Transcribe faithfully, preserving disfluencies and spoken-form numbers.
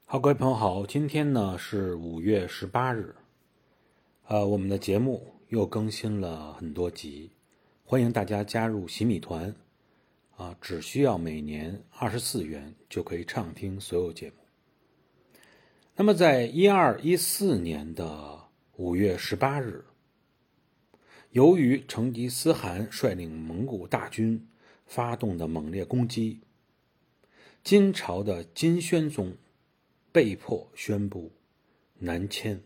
好，各位朋友好，今天呢是五月十八日，呃，我们的节目又更新了很多集，欢迎大家加入洗米团，啊，只需要每年二十四元就可以畅听所有节目。那么在一二一四年的五月十八日，由于成吉思汗率领蒙古大军发动的猛烈攻击，金朝的金宣宗被迫宣布南迁。